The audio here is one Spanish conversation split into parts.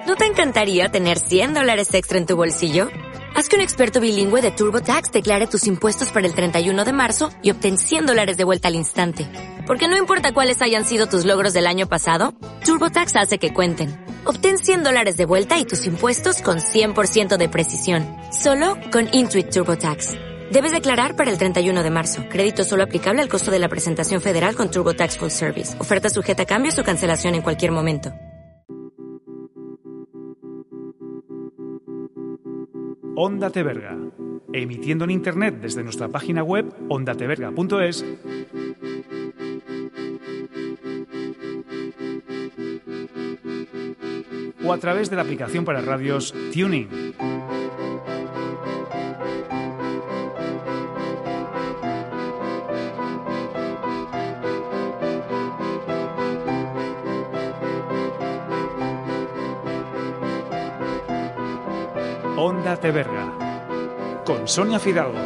¿No te encantaría tener $100 extra en tu bolsillo? Haz que un experto bilingüe de TurboTax declare tus impuestos para el 31 de marzo y obtén $100 de vuelta al instante. Porque no importa cuáles hayan sido tus logros del año pasado, TurboTax hace que cuenten. Obtén $100 de vuelta y tus impuestos con 100% de precisión. Solo con Intuit TurboTax. Debes declarar para el 31 de marzo. Crédito solo aplicable al costo de la presentación federal con TurboTax Full Service. Oferta sujeta a cambios o cancelación en cualquier momento. Onda Teberga, emitiendo en Internet desde nuestra página web ondateberga.es o a través de la aplicación para radios TuneIn. Onda Teberga, con Sonia Fidalgo.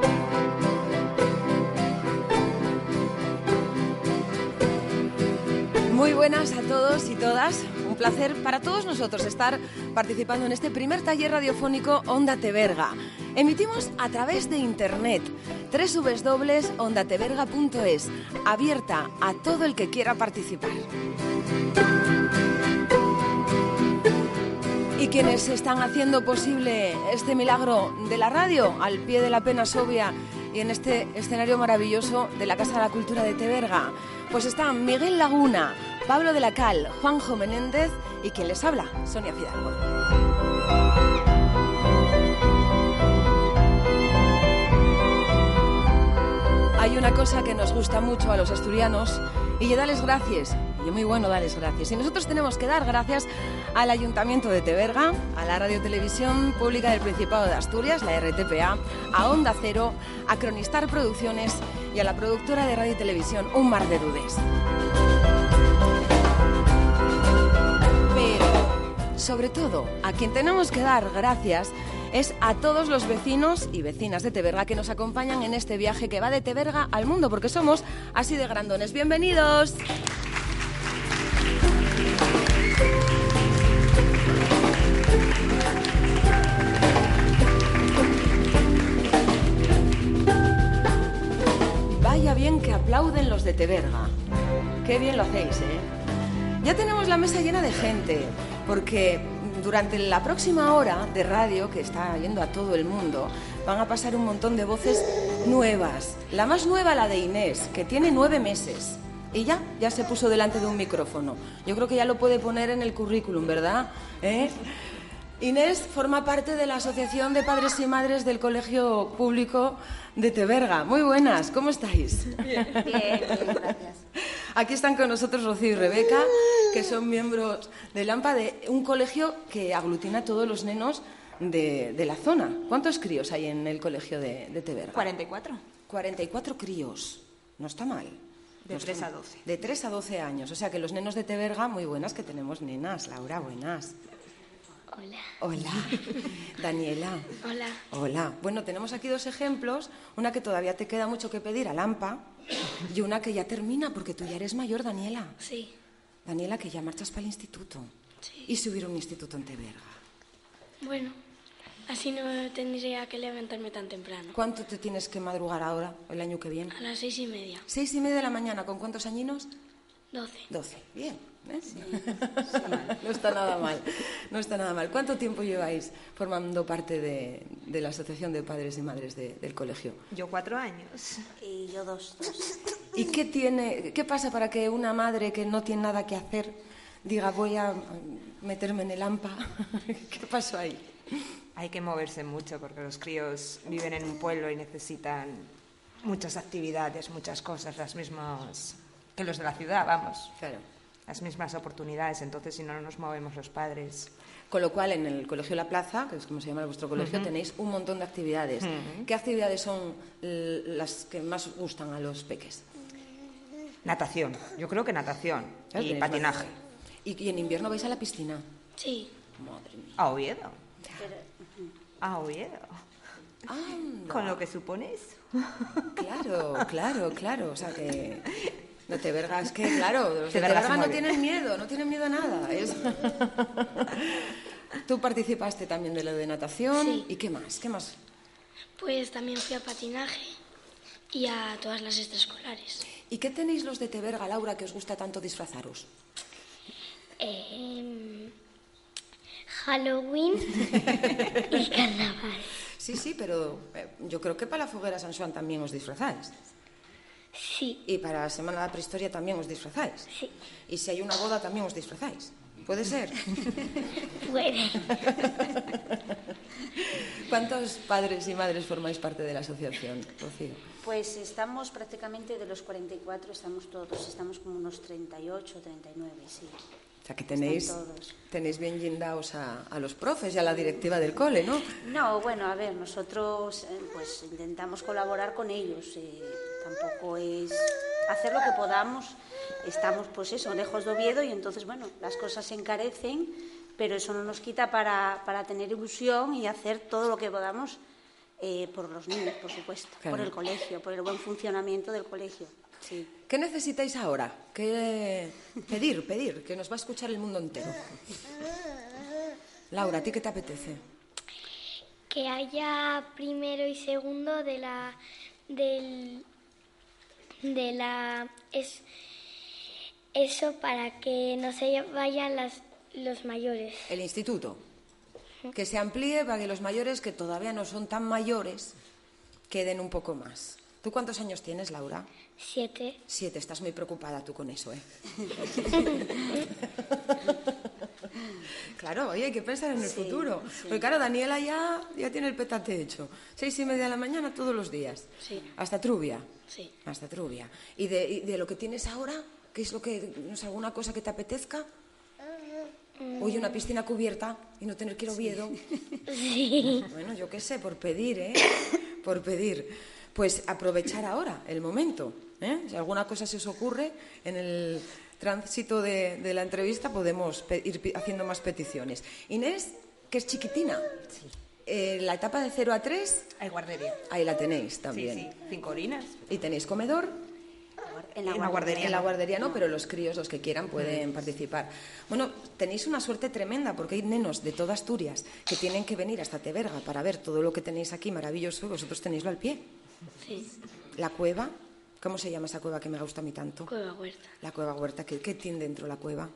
Muy buenas a todos y todas. Un placer para todos nosotros estar participando en este primer taller radiofónico Onda Teberga. Emitimos a través de Internet, www.ondateberga.es, abierta a todo el que quiera participar. Y quienes están haciendo posible este milagro de la radio al pie de la Penasovia y en este escenario maravilloso de la Casa de la Cultura de Teberga, pues están Miguel Laguna, Pablo de la Cal, Juanjo Menéndez y quien les habla, Sonia Fidalgo. Hay una cosa que nos gusta mucho a los asturianos y darles gracias. Y es muy bueno darles gracias. Y nosotros tenemos que dar gracias al Ayuntamiento de Teberga, a la Radio Televisión Pública del Principado de Asturias, la RTPA, a Onda Cero, a Cronistar Producciones y a la productora de radio y televisión Un Mar de Dudes. Pero, sobre todo, a quien tenemos que dar gracias es a todos los vecinos y vecinas de Teberga que nos acompañan en este viaje que va de Teberga al mundo, porque somos así de grandones. ¡Bienvenidos! Vaya bien que aplauden los de Teberga. Qué bien lo hacéis, ¿eh? Ya tenemos la mesa llena de gente, porque durante la próxima hora de radio, que está yendo a todo el mundo, van a pasar un montón de voces nuevas. La más nueva, la de Inés, que tiene 9 meses. Y ya se puso delante de un micrófono. Yo creo que ya lo puede poner en el currículum, ¿verdad? Inés forma parte de la Asociación de Padres y Madres del Colegio Público de Teberga. Muy buenas, ¿cómo estáis? Bien, gracias. Aquí están con nosotros Rocío y Rebeca, que son miembros del AMPA, de un colegio que aglutina a todos los nenos de la zona. ¿Cuántos críos hay en el colegio de Teberga? 44. 44 críos. No está mal. De 3 a 12. De 3 a 12 años. O sea que los nenos de Teberga, muy buenas, que tenemos nenas. Laura, buenas. Hola. Hola. Daniela. Hola. Hola. Bueno, tenemos aquí 2 ejemplos. Una que todavía te queda mucho que pedir al AMPA y una que ya termina, porque tú ya eres mayor, Daniela. Sí. Daniela, que ya marchas para el instituto. Sí. ¿Y si hubiera un instituto en Teberga? Bueno, así no tendría que levantarme tan temprano. ¿Cuánto te tienes que madrugar ahora, el año que viene? A las 6:30. 6:30 de la mañana. ¿Con cuántos añinos? 12. 12. Bien. Sí. No está nada mal. No está nada mal. ¿Cuánto tiempo lleváis formando parte de la Asociación de Padres y Madres del colegio? Yo 4 años. Y yo 2. ¿Y qué pasa para que una madre que no tiene nada que hacer diga voy a meterme en el AMPA? ¿Qué pasó ahí? Hay que moverse mucho porque los críos viven en un pueblo y necesitan muchas actividades, muchas cosas, las mismas que los de la ciudad, vamos. Claro. Las mismas oportunidades, entonces si no nos movemos los padres. Con lo cual, en el Colegio La Plaza, que es como se llama vuestro colegio, tenéis un montón de actividades. ¿Qué actividades son las que más gustan a los peques? Natación, yo creo que natación y patinaje. ¿Y en invierno vais a la piscina? Sí. Madre mía. A Oviedo. A Oviedo. Anda. Con lo que supone eso. Claro. O sea que De Teberga, es que claro, los de Teberga Teberga no bien. tienen miedo a nada. Tú participaste también de lo de natación. Sí. ¿Y qué más? ¿Qué más? Pues también fui a patinaje y a todas las extraescolares. ¿Y qué tenéis los de Teberga, Laura, que os gusta tanto disfrazaros? Halloween y carnaval. Sí, pero yo creo que para la foguera San Xoán también os disfrazáis. Sí, Y para la Semana de la Prehistoria también os disfrazáis. sí, Y si hay una boda también os disfrazáis. ¿Puede ser? puede. ¿Cuántos padres y madres formáis parte de la asociación, Rocío? Pues estamos prácticamente de los 44, estamos todos, estamos como unos 38, 39, sí. O sea que tenéis Están todos. bien guindados a los profes y a la directiva del cole, ¿no? No, bueno, a ver, nosotros pues intentamos colaborar con ellos, tampoco es hacer lo que podamos, estamos pues eso, lejos de Oviedo y entonces, bueno, las cosas se encarecen, pero eso no nos quita para tener ilusión y hacer todo lo que podamos por los niños, por supuesto, Claro. por el colegio, por el buen funcionamiento del colegio, sí. ¿Qué necesitáis ahora? ¿Qué pedir, que nos va a escuchar el mundo entero? Laura, ¿a ti qué te apetece? Que haya primero y segundo de la eso para que no se vayan los mayores. El instituto. Que se amplíe para que los mayores, que todavía no son tan mayores, queden un poco más. ¿Tú cuántos años tienes, Laura? 7. 7, estás muy preocupada tú con eso, ¿eh? Claro, oye, hay que pensar en el futuro. Porque claro, Daniela ya tiene el petate hecho. 6:30 de la mañana todos los días. Sí. Hasta Trubia. Sí. Hasta Trubia. ¿Y de lo que tienes ahora? ¿Qué es lo que, no sé, alguna cosa que te apetezca? Oye, una piscina cubierta y no tener que ir a Oviedo. Sí. Bueno, yo qué sé, por pedir, ¿eh? Por pedir. Pues aprovechar ahora el momento, ¿eh? Si alguna cosa se os ocurre, en el tránsito de la entrevista podemos ir haciendo más peticiones. Inés, que es chiquitina. Sí. La etapa de 0 a 3, Hay guardería. ahí la tenéis también. Sí, 5 horinas. ¿Y tenéis comedor? En la guardería. En la guardería no, pero los críos, los que quieran, pueden participar. Bueno, tenéis una suerte tremenda porque hay nenos de toda Asturias que tienen que venir hasta Teberga para ver todo lo que tenéis aquí maravilloso y vosotros tenéislo al pie. Sí. La cueva, ¿cómo se llama esa cueva que me gusta a mí tanto? Cueva Huerta. La cueva Huerta. ¿Qué tiene dentro la cueva?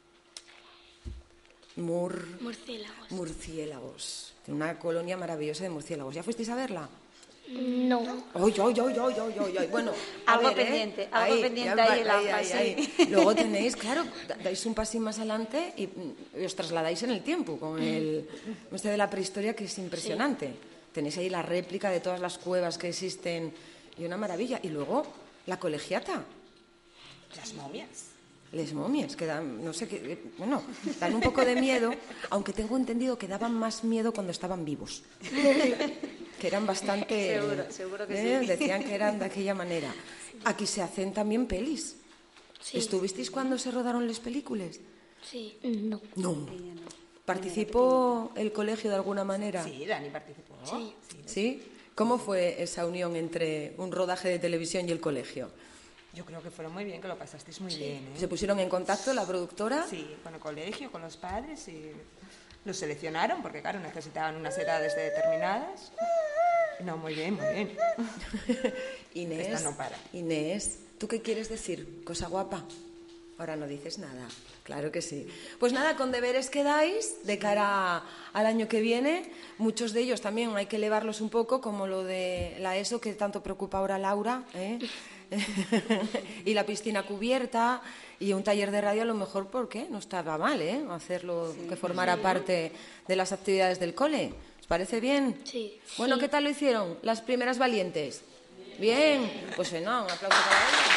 Murciélagos. Tiene una colonia maravillosa de murciélagos. ¿Ya fuisteis a verla? No. ¡Ay! Bueno, a Algo ver, pendiente, algo pendiente ya, ahí en la hoja, sí. Luego tenéis, claro, dais un pasín más adelante y os trasladáis en el tiempo con el museo de la prehistoria, que es impresionante. Tenéis ahí la réplica de todas las cuevas que existen y una maravilla. Y luego la colegiata. Las momias. Les momias, que dan, no sé qué, bueno, dan un poco de miedo, aunque tengo entendido que daban más miedo cuando estaban vivos. Que eran bastante... Seguro que sí. Decían que eran de aquella manera. Aquí se hacen también pelis. Sí. ¿Estuvisteis cuando se rodaron las películas? Sí. No. No. ¿Participó el colegio de alguna manera? Sí, Dani participó. Sí. ¿Sí? ¿Cómo fue esa unión entre un rodaje de televisión y el colegio? Yo creo que fueron muy bien, que lo pasasteis muy bien, ¿eh? ¿Se pusieron en contacto la productora? Sí, con el colegio, con los padres y los seleccionaron porque, claro, necesitaban unas edades determinadas. No, muy bien, muy bien. Inés, Esta no para. Inés, ¿tú qué quieres decir? Cosa guapa. Ahora no dices nada. Claro que sí. Pues nada, con deberes que dais de cara al año que viene. Muchos de ellos también hay que elevarlos un poco, como lo de la ESO, que tanto preocupa ahora a Laura, ¿eh? Y la piscina cubierta y un taller de radio, a lo mejor, porque no estaba mal, ¿eh? Hacerlo, que formara parte de las actividades del cole. ¿Os parece bien? Sí. Bueno, ¿qué tal lo hicieron las primeras valientes? Bien. Pues no, un aplauso para ellos.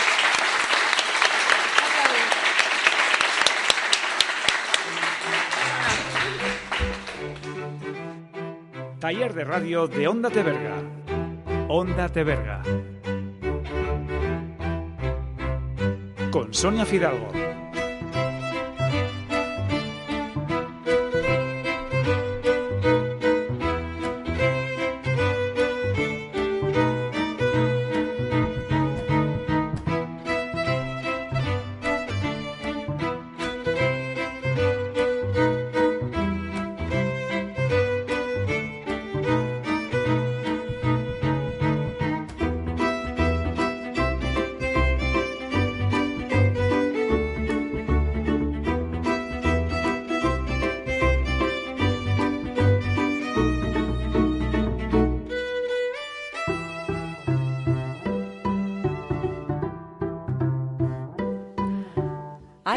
Taller de radio de Onda Teberga. Onda Teberga. Con Sonia Fidalgo.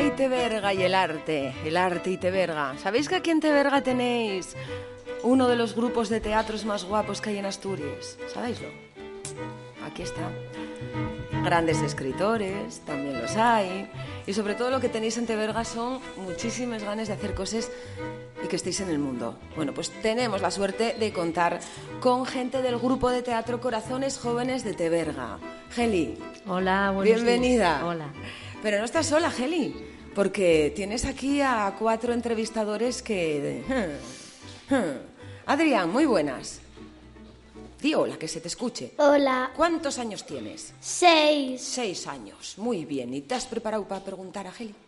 Ay, Teberga y el arte y Teberga. ¿Sabéis que aquí en Teberga tenéis uno de los grupos de teatros más guapos que hay en Asturias? ¿Sabéislo? Aquí está. Grandes escritores, también los hay. Y sobre todo lo que tenéis en Teberga son muchísimas ganas de hacer cosas y que estéis en el mundo. Bueno, pues tenemos la suerte de contar con gente del grupo de teatro Corazones Jóvenes de Teberga. Geli. Hola, buenos bienvenida. días. Hola. Pero no estás sola, Geli, porque tienes aquí a 4 entrevistadores que... Adrián, muy buenas. Di hola, que se te escuche. Hola. ¿Cuántos años tienes? 6. 6 años. Muy bien. ¿Y te has preparado para preguntar a Geli?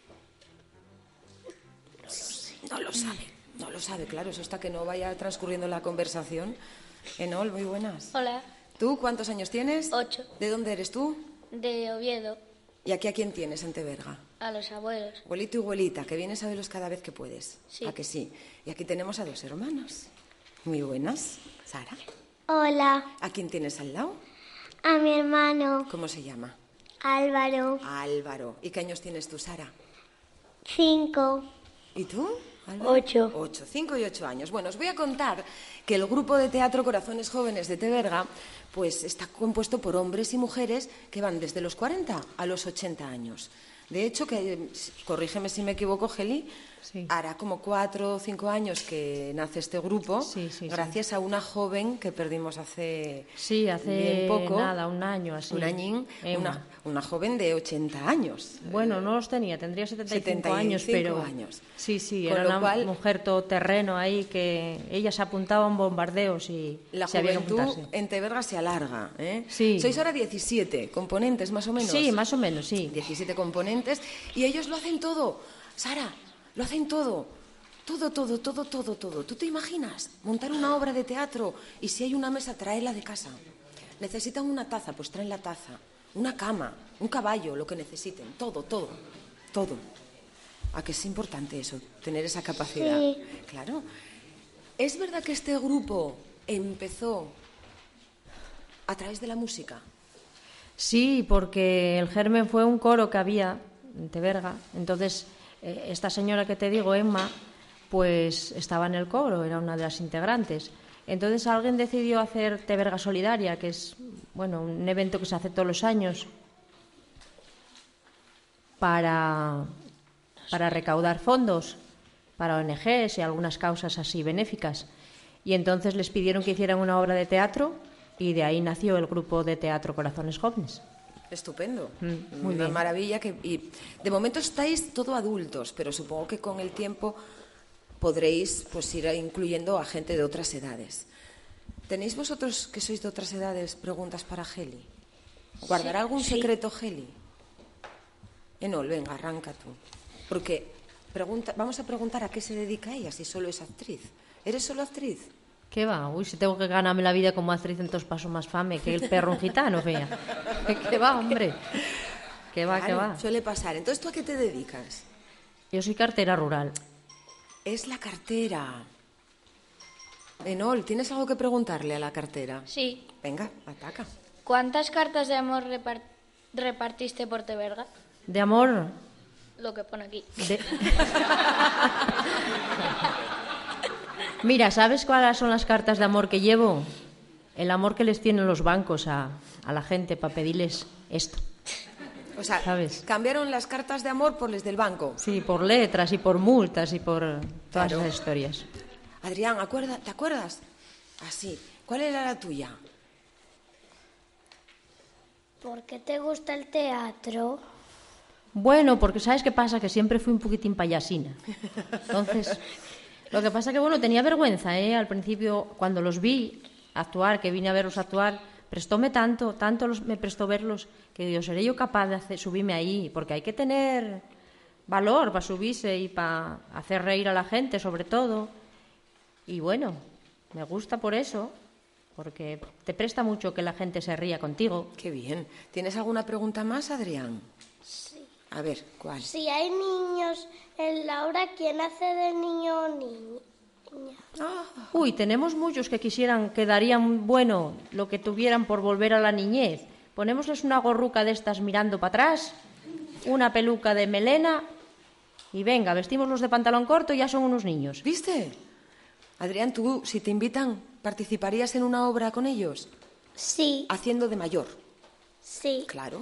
No lo sabe, claro. Eso hasta que no vaya transcurriendo la conversación. Enol, muy buenas. Hola, ¿Tú cuántos años tienes? 8. ¿De dónde eres tú? De Oviedo, ¿Y aquí a quién tienes en Teberga? a los abuelos. Abuelito y abuelita, que vienes a verlos cada vez que puedes. Sí. ¿A que sí? Y aquí tenemos a 2 hermanos. Muy buenas. Sara. Hola. ¿A quién tienes al lado? A mi hermano ¿Cómo se llama? Álvaro. Álvaro. ¿Y qué años tienes tú, Sara? 5. ¿Y tú? Álvaro? 8. 8, 5 y 8 años. Bueno, os voy a contar que el grupo de teatro Corazones Jóvenes de Teberga pues está compuesto por hombres y mujeres que van desde los 40 a los 80 años. De hecho, que corrígeme si me equivoco, Geli, Sí. hará como 4 o 5 años que nace este grupo, Sí, gracias a una joven que perdimos hace hace bien poco. nada, un año así. Un añín, Emma. una joven de 80 años. Bueno, no los tenía, tendría 75 años, 75 pero... años. Sí, Con era lo una cual- mujer todoterreno ahí que ella se apuntaba en bombardeos y La se había que juventud apuntarse. en Teberga se alarga, ¿eh? Sí. Sois ahora 17 componentes, más o menos. Sí, más o menos, sí. 17 componentes y ellos lo hacen todo. Sara, lo hacen todo. Todo. ¿Tú te imaginas montar una obra de teatro y si hay una mesa, traerla de casa? Necesitan una taza, pues traen la taza. Una cama, un caballo, lo que necesiten. Todo. ¿A que es importante eso, tener esa capacidad? Sí. Claro. ¿Es verdad que este grupo empezó a través de la música? Sí, porque el germen fue un coro que había en Teberga. Entonces, esta señora que te digo, Emma, pues estaba en el coro, era una de las integrantes. Entonces alguien decidió hacer Teberga Solidaria, que es, bueno, un evento que se hace todos los años para recaudar fondos para ONGs y algunas causas así benéficas. Y entonces les pidieron que hicieran una obra de teatro y de ahí nació el grupo de teatro Corazones Jóvenes. Estupendo. Muy Una bien. maravilla. Y de momento estáis todo adultos, pero supongo que con el tiempo podréis pues ir incluyendo a gente de otras edades. ¿Tenéis vosotros, que sois de otras edades, preguntas para Geli? ¿Guardará algún secreto, Geli? Enol, venga, arranca tú. Porque vamos a preguntar a qué se dedica ella, si solo es actriz. ¿Eres solo actriz? ¿Qué va? Uy, si tengo que ganarme la vida como actriz, entonces paso más fame que el perro un gitano, fea. ¿Qué va, hombre? ¿Qué va, qué Claro, va? suele pasar. Entonces, ¿tú a qué te dedicas? Yo soy cartera rural. Es la cartera. Enol, ¿tienes algo que preguntarle a la cartera? Sí. Venga, ataca. ¿Cuántas cartas de amor repartiste por Teberga? De amor, Lo que pone aquí. Mira, ¿sabes cuáles son las cartas de amor que llevo? El amor que les tienen los bancos a la gente para pedirles esto. O sea, ¿Sabes? cambiaron las cartas de amor por las del banco. Sí, por letras y por multas y por todas Claro. esas historias. Adrián, ¿te acuerdas? Así. ¿Cuál era la tuya? ¿Por qué te gusta el teatro? Bueno, porque ¿sabes qué pasa? Que siempre fui un poquitín payasina. Entonces, lo que pasa que, bueno, tenía vergüenza, ¿eh? Al principio, cuando los vi actuar, que vine a verlos actuar, me prestó verlos, que yo seré yo capaz de subirme ahí, porque hay que tener valor para subirse y para hacer reír a la gente, sobre todo. Y bueno, me gusta por eso, porque te presta mucho que la gente se ría contigo. Qué bien. ¿Tienes alguna pregunta más, Adrián? Sí. A ver, ¿cuál? Si hay niños en la obra, ¿quién hace de niño o niña? Uy, tenemos muchos que quisieran, que darían, bueno, lo que tuvieran por volver a la niñez. Ponémosles una gorruca de estas mirando para atrás una peluca de melena y venga, vestimos los de pantalón corto y ya son unos niños. ¿Viste? Adrián, tú, si te invitan, ¿participarías en una obra con ellos? Sí, Haciendo de mayor. sí. Claro.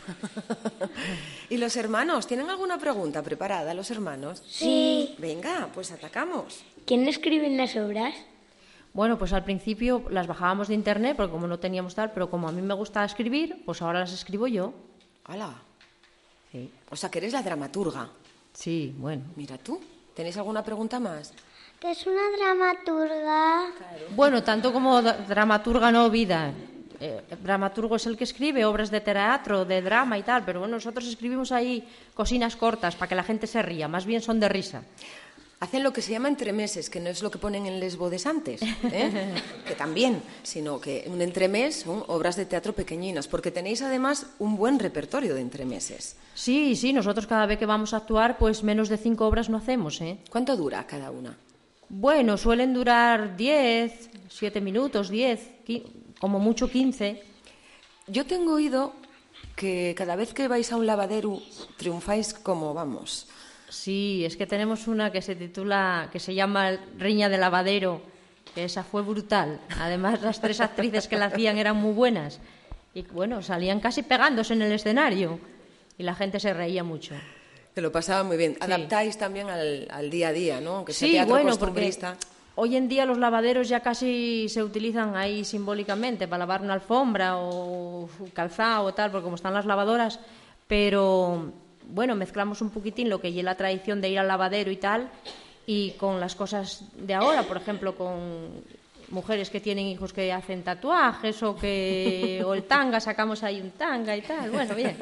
¿Y los hermanos? ¿Tienen alguna pregunta preparada, los hermanos? Sí. Venga, pues atacamos. ¿Quién escribe en las obras? Bueno, pues al principio las bajábamos de internet porque como no teníamos tal, pero como a mí me gusta escribir, pues ahora las escribo yo. ¡Hala! Sí, O sea, que eres la dramaturga. sí, bueno. Mira tú, ¿tenéis alguna pregunta más? ¿Qué es una dramaturga? Bueno, tanto como dramaturga no vida. Dramaturgo es el que escribe obras de teatro, de drama y tal, pero bueno, nosotros escribimos ahí cosinas cortas para que la gente se ría, más bien son de risa. Hacen lo que se llama entremeses, que no es lo que ponen en Les Bodesantes, ¿eh? Que también, sino que un entremés son obras de teatro pequeñinas, porque tenéis además un buen repertorio de entremeses. Sí, sí, nosotros cada vez que vamos a actuar, pues menos de 5 obras no hacemos, ¿eh? ¿Cuánto dura cada una? Bueno, suelen durar 10, 7 minutos, 10, como mucho 15. Yo tengo oído que cada vez que vais a un lavadero triunfáis como vamos. Sí, es que tenemos una que se titula, que se llama Riña de Lavadero, que esa fue brutal. Además, las 3 actrices que la hacían eran muy buenas. Y bueno, salían casi pegándose en el escenario. Y la gente se reía mucho. Te lo pasaba muy bien. Sí. Adaptáis también al día a día, ¿no? Aunque sea Sí, teatro bueno, costumbrista. porque hoy en día los lavaderos ya casi se utilizan ahí simbólicamente para lavar una alfombra o calzado o tal, porque como están las lavadoras, pero bueno, mezclamos un poquitín lo que es la tradición de ir al lavadero y tal, y con las cosas de ahora, por ejemplo, con mujeres que tienen hijos que hacen tatuajes o el tanga, sacamos ahí un tanga y tal. Bueno, bien.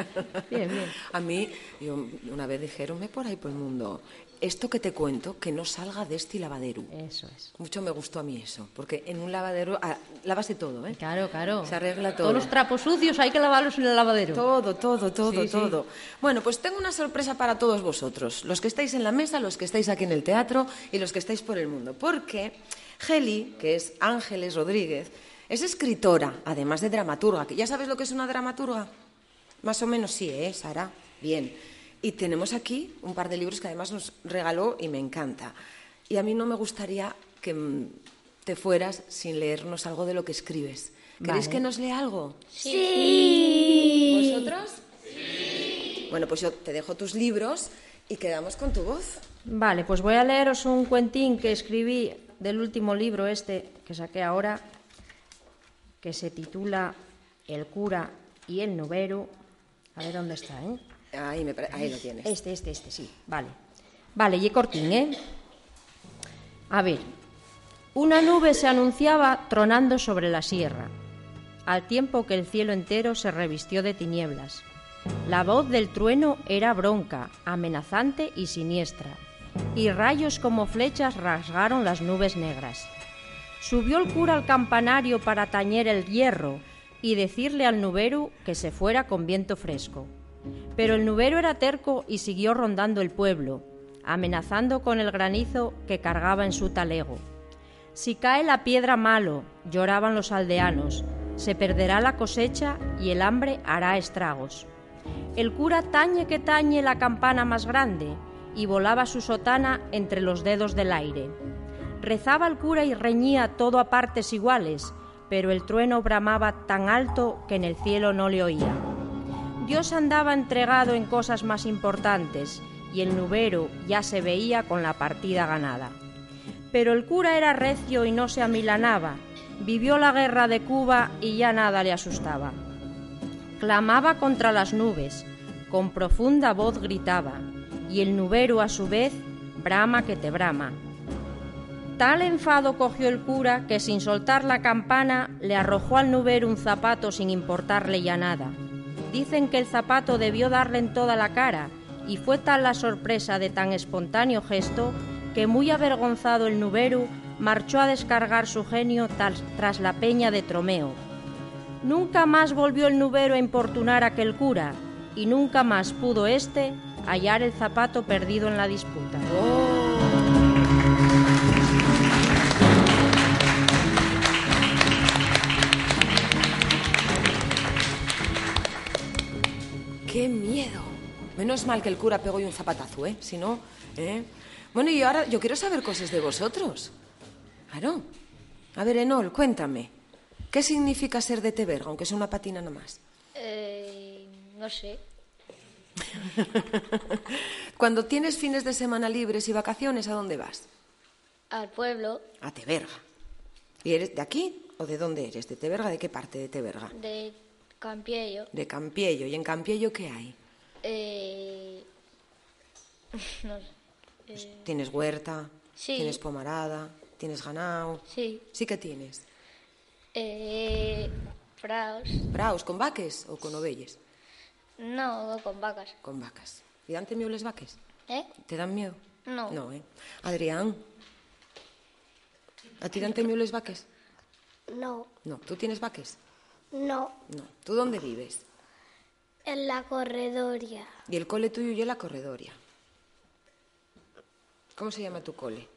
A mí, una vez dijéronme por ahí por el mundo, esto que te cuento, que no salga de este lavadero. Eso es. Mucho me gustó a mí eso, porque en un lavadero lavas de todo, ¿eh? Claro. Se arregla todo. Todos los trapos sucios hay que lavarlos en el lavadero. Todo. Sí. Bueno, pues tengo una sorpresa para todos vosotros, los que estáis en la mesa, los que estáis aquí en el teatro y los que estáis por el mundo, porque Geli, que es Ángeles Rodríguez, es escritora, además de dramaturga. ¿Ya sabes lo que es una dramaturga? Más o menos sí, ¿eh, Sara? Bien. Y tenemos aquí un par de libros que además nos regaló y me encanta. Y a mí no me gustaría que te fueras sin leernos algo de lo que escribes. ¿Queréis que nos lea algo? Sí. ¿Vosotros? Sí. Bueno, pues yo te dejo tus libros y quedamos con tu voz. Vale, pues voy a leeros un cuentín que escribí del último libro que saqué ahora, que se titula El cura y el novero. A ver dónde está, ¿eh? Ahí lo tienes. Este, sí, vale. Vale, y cortín, ¿eh? A ver, una nube se anunciaba tronando sobre la sierra, al tiempo que el cielo entero se revistió de tinieblas. La voz del trueno era bronca, amenazante y siniestra, y rayos como flechas rasgaron las nubes negras. Subió el cura al campanario para tañer el hierro y decirle al nubero que se fuera con viento fresco. Pero el nubero era terco y siguió rondando el pueblo, amenazando con el granizo que cargaba en su talego. Si cae la piedra malo, lloraban los aldeanos, se perderá la cosecha y el hambre hará estragos. El cura tañe que tañe la campana más grande, y volaba su sotana entre los dedos del aire. Rezaba el cura y reñía todo a partes iguales, pero el trueno bramaba tan alto que en el cielo no le oía. Dios andaba entregado en cosas más importantes, y el nubero ya se veía con la partida ganada. Pero el cura era recio y no se amilanaba, vivió la guerra de Cuba y ya nada le asustaba. Clamaba contra las nubes, con profunda voz gritaba, y el nubero a su vez brama que te brama. Tal enfado cogió el cura que sin soltar la campana le arrojó al nubero un zapato sin importarle ya nada. Dicen que el zapato debió darle en toda la cara, y fue tal la sorpresa de tan espontáneo gesto que muy avergonzado el nubero marchó a descargar su genio tras la peña de Tromeo. Nunca más volvió el nubero a importunar a aquel cura, y nunca más pudo éste hallar el zapato perdido en la disputa. ¡Qué miedo! Menos mal que el cura pegó y un zapatazo, ¿eh? Si no, ¿eh? Bueno, y ahora yo quiero saber cosas de vosotros. Claro. A ver, Enol, cuéntame. ¿Qué significa ser de Teberga, aunque sea una patina nomás? No sé. Cuando tienes fines de semana libres y vacaciones, ¿a dónde vas? Al pueblo. A Teberga. ¿Y eres de aquí o de dónde eres? ¿De Teberga? ¿De qué parte de Teberga? De Campiello. De Campiello. ¿Y en Campiello qué hay? No sé. Pues, ¿tienes huerta? Sí. ¿Tienes pomarada? ¿Tienes ganado? Sí. ¿Sí que tienes? Praus. ¿Praus con vaques o con ovelles? No, con vacas. Con vacas. ¿Y dan miedo les vaques? ¿Te dan miedo? No. No, Adrián, ¿a ti dan miedo les vaques? No. No. ¿Tú tienes vaques? No. No. ¿Tú dónde vives? En la corredoria. Y el cole tuyo y en la corredoria. ¿Cómo se llama tu cole?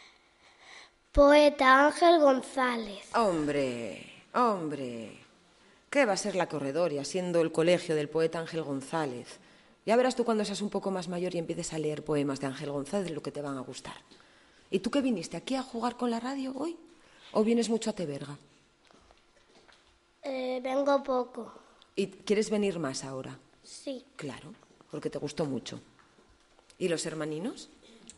Poeta Ángel González. Hombre. ¿Qué va a ser la corredoria siendo el colegio del poeta Ángel González? Ya verás tú cuando seas un poco más mayor y empieces a leer poemas de Ángel González lo que te van a gustar. ¿Y tú qué viniste aquí a jugar con la radio hoy? ¿O vienes mucho a Teberga? Vengo poco. ¿Y quieres venir más ahora? Sí. Claro, porque te gustó mucho. ¿Y los hermaninos?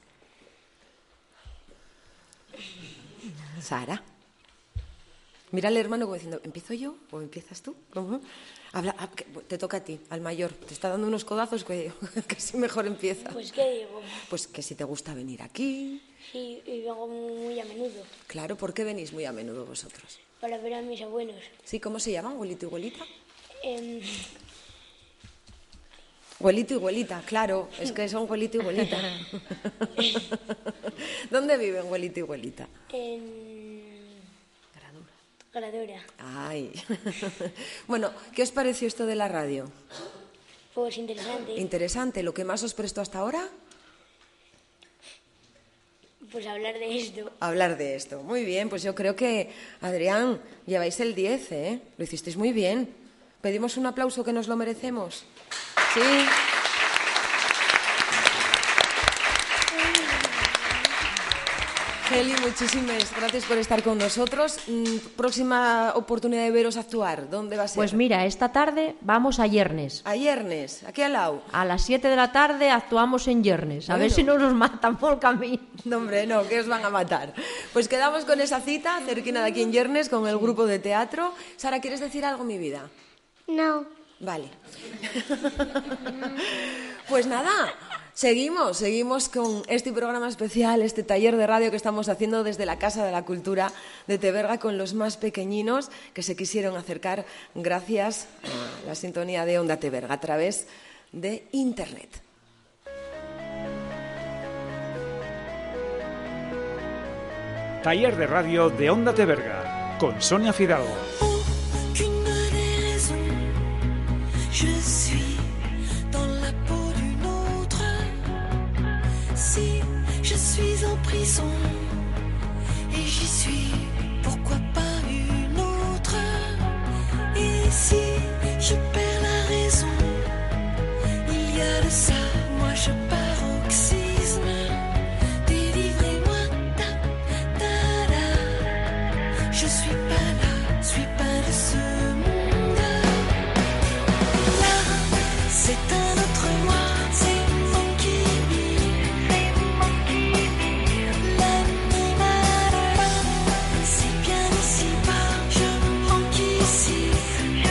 Sara. Mira al hermano como diciendo, ¿empiezo yo o empiezas tú? ¿Cómo? Habla, te toca a ti, al mayor. Te está dando unos codazos que casi mejor empieza. Pues ¿qué digo? Pues que si te gusta venir aquí. Sí, y vengo muy a menudo. Claro, ¿por qué venís muy a menudo vosotros? Para ver a mis abuelos. Sí, ¿cómo se llaman? ¿Abuelito y abuelita? Abuelito y abuelita, claro, es que son abuelito y abuelita. ¿Dónde viven abuelito y abuelita? En Gradura. Ay. Bueno, ¿qué os pareció esto de la radio? Pues interesante. Interesante. ¿Lo que más os prestó hasta ahora? Pues hablar de esto. Hablar de esto. Muy bien, pues yo creo que, Adrián, lleváis el 10, ¿eh? Lo hicisteis muy bien. ¿Pedimos un aplauso que nos lo merecemos? Sí. Heli, muchísimas gracias por estar con nosotros. Próxima oportunidad de veros actuar, ¿dónde va a ser? Pues mira, esta tarde vamos a Yernes. A Yernes, aquí al lado. A las 7 de la tarde actuamos en Yernes. A ver si no nos matan por el camino. No, hombre, no, que os van a matar. Pues quedamos con esa cita, cerquina de aquí en Yernes, con el grupo de teatro. Sara, ¿quieres decir algo, mi vida? No. Vale. Pues nada, seguimos con este programa especial, este taller de radio que estamos haciendo desde la Casa de la Cultura de Teberga con los más pequeñinos que se quisieron acercar gracias a la sintonía de Onda Teberga a través de Internet. Taller de radio de Onda Teberga con Sonia Fidalgo. Je suis dans la peau d'une autre. Si je suis en prison et j'y suis, pourquoi pas une autre? Et si je perds la raison, il y a de ça, moi je paroxysme. Délivrez-moi, ta, ta, ta. Je suis pas de ce monde. C'est un autre moi, c'est Monkey l'animal. C'est bien ici-bas, je manque ici.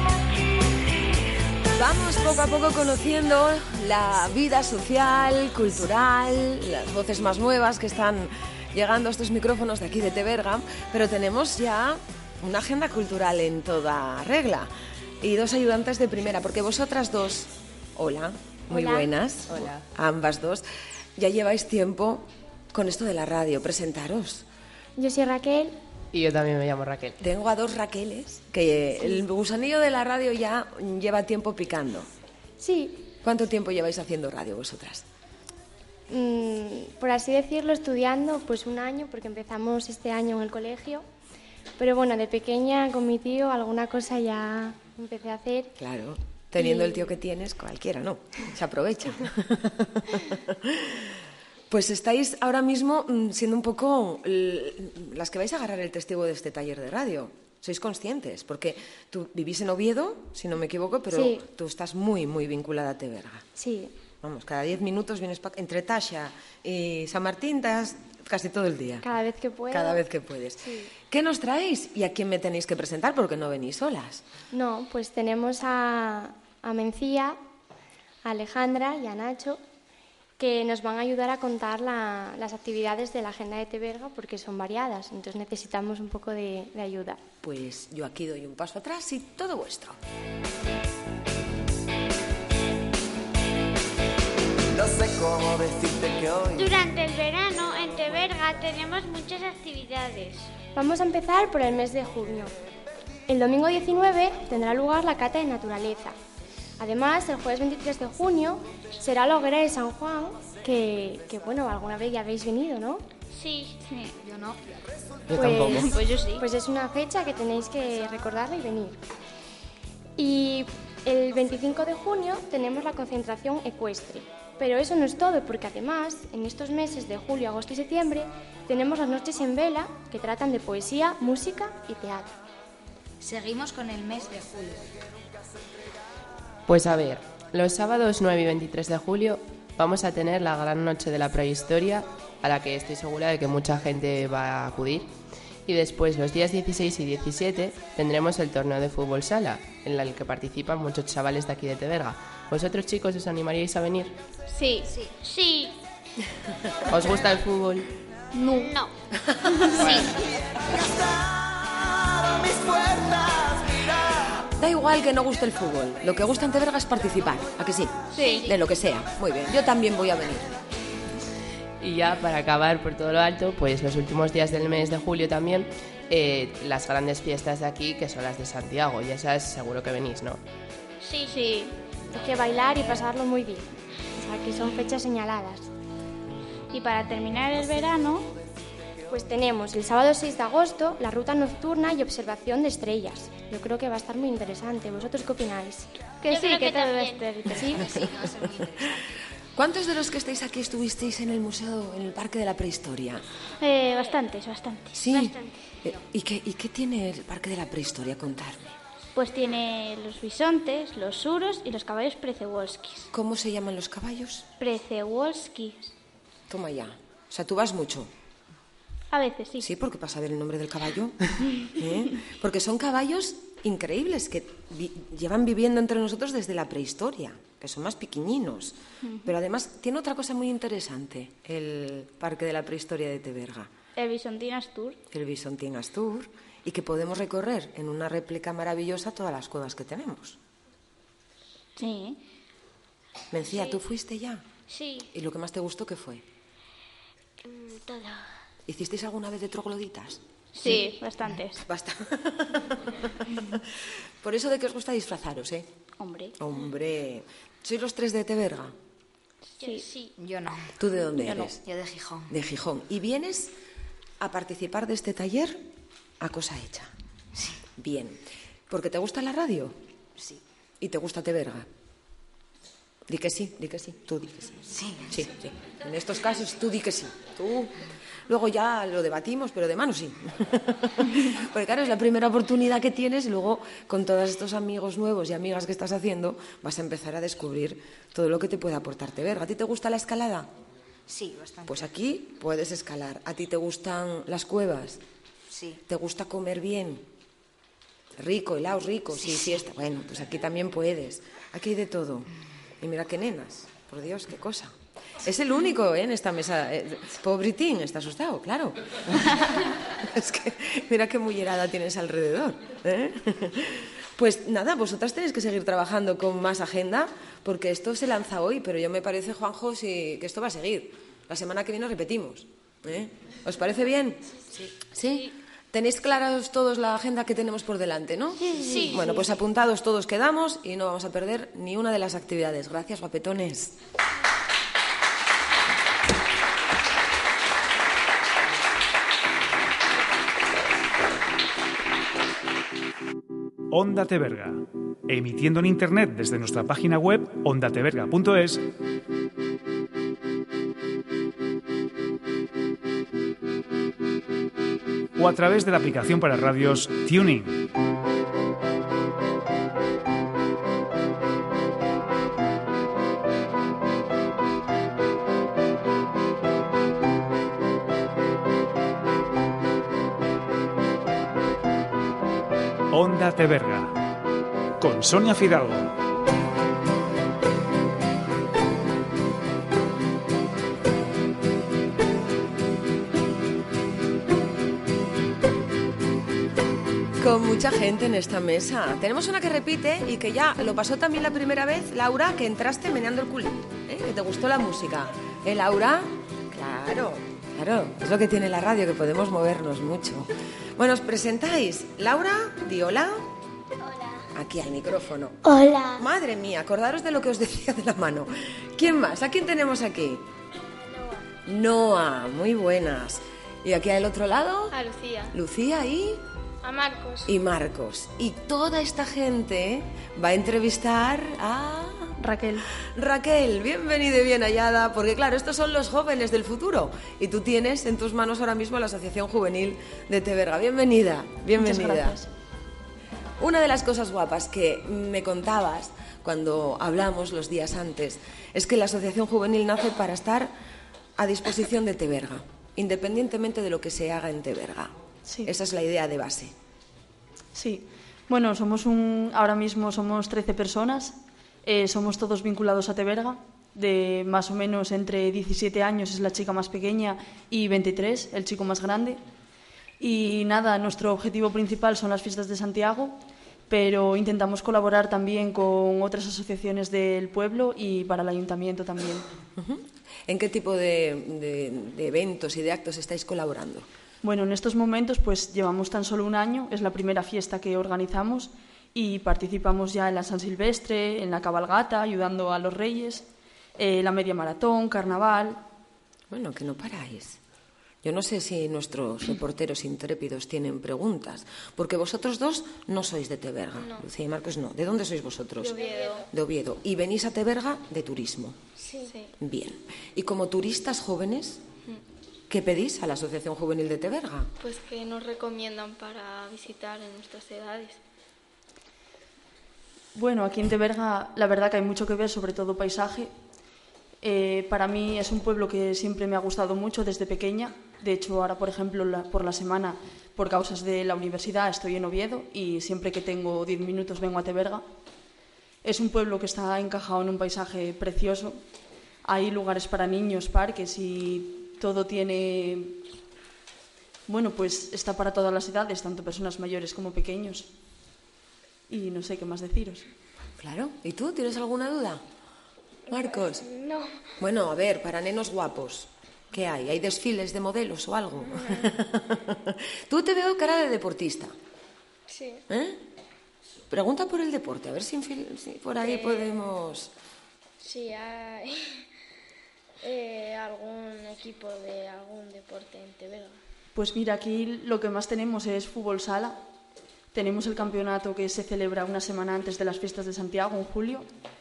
Vamos poco a poco conociendo la vida social, cultural, las voces más nuevas que están llegando a estos micrófonos de aquí de Teberga, pero tenemos ya una agenda cultural en toda regla. Y dos ayudantes de primera, porque vosotras dos, hola, muy buenas, Hola. ambas dos, ya lleváis tiempo con esto de la radio. Presentaros. Yo soy Raquel. Y yo también me llamo Raquel. Tengo a dos Raqueles, que el gusanillo de la radio ya lleva tiempo picando. Sí, ¿Cuánto tiempo lleváis haciendo radio vosotras? por así decirlo, estudiando pues un año, porque empezamos este año en el colegio. Pero bueno, de pequeña con mi tío alguna cosa ya empecé a hacer. Claro. Teniendo el tío que tienes, cualquiera, ¿no? Se aprovecha. Pues estáis ahora mismo siendo un poco las que vais a agarrar el testigo de este taller de radio. ¿Sois conscientes? Porque tú vivís en Oviedo, si no me equivoco, pero Sí. tú estás muy, muy vinculada a Teverga. Sí, Vamos, cada 10 minutos vienes entre Tasha y San Martín, estás casi todo el día. cada vez que puedo. Cada vez que puedes. Sí. ¿Qué nos traéis y a quién me tenéis que presentar? Porque no venís solas. No, pues tenemos a Mencía, a Alejandra y a Nacho, que nos van a ayudar a contar las actividades de la agenda de Teverga, porque son variadas, entonces necesitamos un poco de ayuda. Pues yo aquí doy un paso atrás y todo vuestro. No sé cómo decirte que hoy Durante el verano en Teverga tenemos muchas actividades. Vamos a empezar por el mes de junio. El domingo 19 tendrá lugar la cata de naturaleza. Además, el jueves 23 de junio será la hoguera de San Juan, que bueno, alguna vez ya habéis venido, ¿no? Sí, yo no. Yo tampoco. Pues yo sí. Pues es una fecha que tenéis que recordarla y venir. Y el 25 de junio tenemos la concentración ecuestre. Pero eso no es todo, porque además, en estos meses de julio, agosto y septiembre, tenemos las noches en vela, que tratan de poesía, música y teatro. Seguimos con el mes de julio. Pues a ver, los sábados 9 y 23 de julio vamos a tener la gran noche de la prehistoria, a la que estoy segura de que mucha gente va a acudir. Y después, los días 16 y 17, tendremos el torneo de fútbol sala, en el que participan muchos chavales de aquí de Teverga. ¿Vosotros, chicos, os animaríais a venir? Sí. Sí. ¿Os gusta el fútbol? No. Da igual que no guste el fútbol. Lo que gusta en Teverga es participar. ¿A que sí? Sí. De lo que sea. Muy bien. Yo también voy a venir. Y ya para acabar por todo lo alto, pues los últimos días del mes de julio también, las grandes fiestas de aquí, que son las de Santiago. Ya sabes, seguro que venís, ¿no? Sí. Hay que bailar y pasarlo muy bien. O sea, que son fechas señaladas. Y para terminar el verano, Pues tenemos el sábado 6 de agosto la ruta nocturna y observación de estrellas. Yo creo que va a estar muy interesante. ¿Vosotros qué opináis? Que Yo sí, creo que que todo va a también. estar ¿Sí? Sí, va a ser muy interesante. ¿Cuántos de los que estáis aquí estuvisteis en el museo, en el Parque de la Prehistoria? bastantes. Sí. Bastante. ¿Y qué tiene el Parque de la Prehistoria? Contarme. Pues tiene los bisontes, los suros y los caballos Przewalskis. ¿Cómo se llaman los caballos? Przewalskis. Toma ya. O sea, tú vas mucho. A veces sí. Sí, porque para saber el nombre del caballo. Porque son caballos increíbles que llevan viviendo entre nosotros desde la prehistoria, que son más pequeñinos. Pero además tiene otra cosa muy interesante, el Parque de la Prehistoria de Teverga. El bisontín Astur. El Bisontín Astur, y que podemos recorrer en una réplica maravillosa todas las cuevas que tenemos. Sí. Mencía, ¿tú fuiste ya? Sí. ¿Y lo que más te gustó qué fue? Todo. ¿Hicisteis alguna vez de trogloditas? Sí, bastantes. Basta. Por eso de que os gusta disfrazaros, ¿eh? Hombre. ¿Sois los tres de Teverga? Sí. Yo no. ¿Tú de dónde Yo no. eres? Yo de Gijón. De Gijón. ¿Y vienes a participar de este taller a cosa hecha? Sí. Bien. ¿Porque te gusta la radio? Sí. ¿Y te gusta Teverga? Di que sí, tú di que sí. Sí. Sí. En estos casos tú di que sí. Tú. Luego ya lo debatimos, pero de mano sí. Porque claro, es la primera oportunidad que tienes y luego con todos estos amigos nuevos y amigas que estás haciendo vas a empezar a descubrir todo lo que te puede aportar Teverga. ¿A ti te gusta la escalada? Sí, bastante. Pues aquí puedes escalar. ¿A ti te gustan las cuevas? Sí. ¿Te gusta comer bien? Rico, helados ricos, sí, fiesta. Bueno, pues aquí también puedes. Aquí hay de todo. Y mira qué nenas, por Dios, qué cosa. Es el único en esta mesa. Pobritín, está asustado, claro. Es que mira qué mullerada tienes alrededor. Pues nada, vosotras tenéis que seguir trabajando con más agenda, porque esto se lanza hoy, pero yo me parece, Juanjo, que esto va a seguir. La semana que viene repetimos. ¿Os parece bien? Sí. ¿Tenéis claros todos la agenda que tenemos por delante, no? Sí. Bueno, pues apuntados todos quedamos y no vamos a perder ni una de las actividades. Gracias, guapetones. Onda Teberga, emitiendo en Internet desde nuestra página web ondateberga.es o a través de la aplicación para radios TuneIn. Onda Teberga, con Sonia Fidalgo. Con mucha gente en esta mesa. Tenemos una que repite y que ya lo pasó también la primera vez, Laura, que entraste meneando el culín, que te gustó la música. Laura? Claro, es lo que tiene la radio, que podemos movernos mucho. Bueno, os presentáis. Laura, di hola. Hola. Aquí al micrófono. Hola. Madre mía, acordaros de lo que os decía de la mano. ¿Quién más? ¿A quién tenemos aquí? Noa, muy buenas. ¿Y aquí al otro lado? A Lucía. Lucía y... A Marcos. Y Marcos. Y toda esta gente va a entrevistar a... Raquel. Raquel, bienvenida y bien hallada, porque claro, estos son los jóvenes del futuro y tú tienes en tus manos ahora mismo la Asociación Juvenil de Teberga. Bienvenida, bienvenida. Muchas gracias. Una de las cosas guapas que me contabas cuando hablamos los días antes es que la Asociación Juvenil nace para estar a disposición de Teberga, independientemente de lo que se haga en Teberga. Sí. Esa es la idea de base. Sí. Bueno, ahora mismo somos 13 personas. Somos todos vinculados a Teberga, de más o menos entre 17 años es la chica más pequeña y 23, el chico más grande. Y nada, nuestro objetivo principal son las fiestas de Santiago, pero intentamos colaborar también con otras asociaciones del pueblo y para el ayuntamiento también. ¿En qué tipo de eventos y de actos estáis colaborando? Bueno, en estos momentos pues llevamos tan solo un año, es la primera fiesta que organizamos y participamos ya en la San Silvestre, en la cabalgata, ayudando a los reyes, la media maratón, carnaval. Bueno, que no paráis. Yo no sé si nuestros reporteros intrépidos tienen preguntas, porque vosotros dos no sois de Teberga. No. Lucía y Marcos no. ¿De dónde sois vosotros? De Oviedo. De Oviedo. ¿Y venís a Teberga de turismo? Sí. Bien. ¿Y como turistas jóvenes, qué pedís a la Asociación Juvenil de Teberga? Pues que nos recomiendan para visitar en nuestras edades. Bueno, aquí en Teberga la verdad que hay mucho que ver, sobre todo paisaje. Para mí es un pueblo que siempre me ha gustado mucho desde pequeña. De hecho, ahora, por ejemplo, por la semana, por causas de la universidad, estoy en Oviedo y siempre que tengo 10 minutos vengo a Teberga. Es un pueblo que está encajado en un paisaje precioso. Hay lugares para niños, parques y todo tiene... Bueno, pues está para todas las edades, tanto personas mayores como pequeños. Y no sé qué más deciros. Claro. ¿Y tú tienes alguna duda? Marcos. No. Bueno, a ver, para nenos guapos, ¿qué hay? ¿Hay desfiles de modelos o algo? Tú te veo cara de deportista. Sí. Pregunta por el deporte, a ver si por ahí podemos... Sí, hay algún equipo de algún deporte en Teberga. Pues mira, aquí lo que más tenemos es fútbol sala. Tenemos el campeonato que se celebra una semana antes de las fiestas de Santiago, en julio,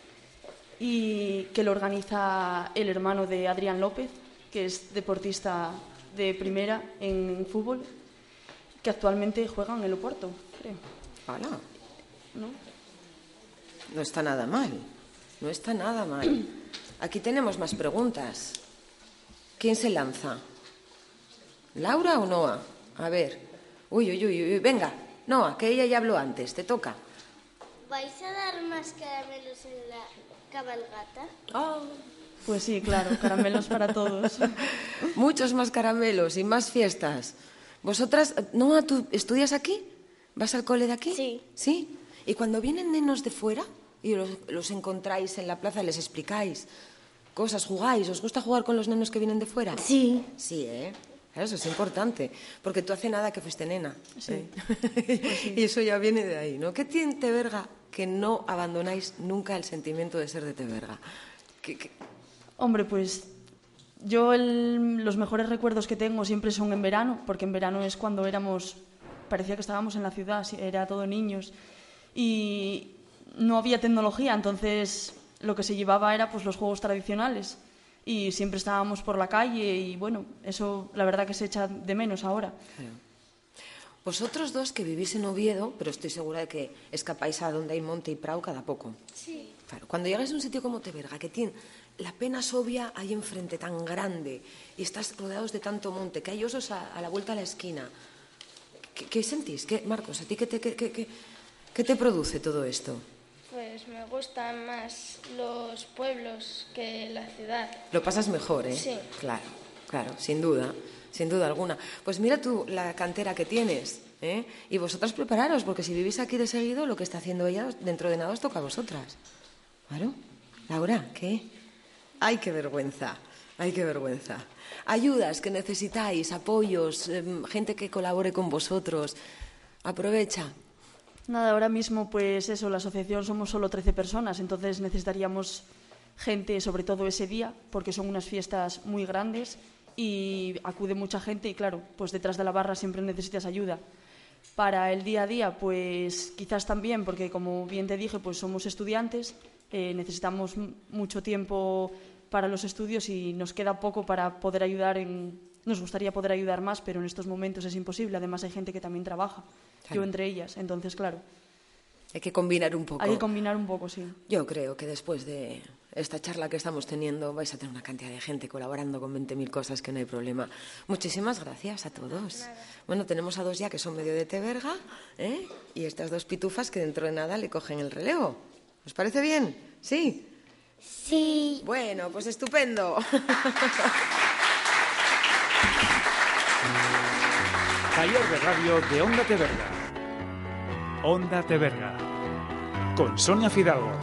y que lo organiza el hermano de Adrián López, que es deportista de primera en fútbol, que actualmente juega en el Oporto, creo. ¡Hala! ¿No? No está nada mal, no está nada mal. Aquí tenemos más preguntas. ¿Quién se lanza? ¿Laura o Noa? A ver. Uy, venga. Noa, que ella ya habló antes, te toca. ¿Vais a dar más caramelos en la cabalgata? Oh. Pues sí, claro, caramelos para todos. Muchos más caramelos y más fiestas. ¿Vosotras, Noa, tú estudias aquí? ¿Vas al cole de aquí? Sí. ¿Sí? ¿Y cuando vienen nenos de fuera y los encontráis en la plaza, les explicáis cosas, jugáis? ¿Os gusta jugar con los nenos que vienen de fuera? Sí. Sí, eso es importante, porque tú hace nada que fuiste nena. Sí. Y eso ya viene de ahí, ¿no? ¿Qué tiene Teberga que no abandonáis nunca el sentimiento de ser de Teberga? Hombre, pues yo los mejores recuerdos que tengo siempre son en verano, porque en verano es cuando parecía que estábamos en la ciudad, era todo niños. y no había tecnología, entonces lo que se llevaba era pues los juegos tradicionales y siempre estábamos por la calle y bueno, eso la verdad que se echa de menos ahora. Claro. Vosotros dos que vivís en Oviedo, pero estoy segura de que escapáis a donde hay monte y prau cada poco. Sí. Claro, cuando llegáis a un sitio como Teverga, que tiene la pena Sobia ahí enfrente tan grande y estás rodeados de tanto monte, que hay osos a la vuelta a la esquina, ¿qué sentís? Marcos, ¿a ti qué te produce todo esto? Pues me gustan más los pueblos que la ciudad. Lo pasas mejor, ¿eh? Sí. Claro, sin duda alguna. Pues mira tú la cantera que tienes, ¿eh? Y vosotras prepararos, porque si vivís aquí de seguido, lo que está haciendo ella, dentro de nada os toca a vosotras. Claro. Laura, ¿qué? ¡Ay, qué vergüenza! Ayudas que necesitáis, apoyos, gente que colabore con vosotros. Aprovecha. Nada, ahora mismo pues eso, la asociación somos solo 13 personas, entonces necesitaríamos gente sobre todo ese día, porque son unas fiestas muy grandes y acude mucha gente y claro, pues detrás de la barra siempre necesitas ayuda. Para el día a día, pues quizás también, porque como bien te dije, pues somos estudiantes, necesitamos mucho tiempo para los estudios y nos queda poco para poder ayudar Nos gustaría poder ayudar más, pero en estos momentos es imposible. Además hay gente que también trabaja, claro. Yo entre ellas. Entonces, claro. Hay que combinar un poco. Hay que combinar un poco, sí. Yo creo que después de esta charla que estamos teniendo vais a tener una cantidad de gente colaborando con 20.000 cosas que no hay problema. Muchísimas gracias a todos. Nada. Bueno, tenemos a dos ya que son medio de Teverga, ¿eh? Y estas dos pitufas que dentro de nada le cogen el relevo. ¿Os parece bien? ¿Sí? Sí. Bueno, pues estupendo. Taller de radio de Onda Teverga. Onda Teverga. Con Sonia Fidalgo.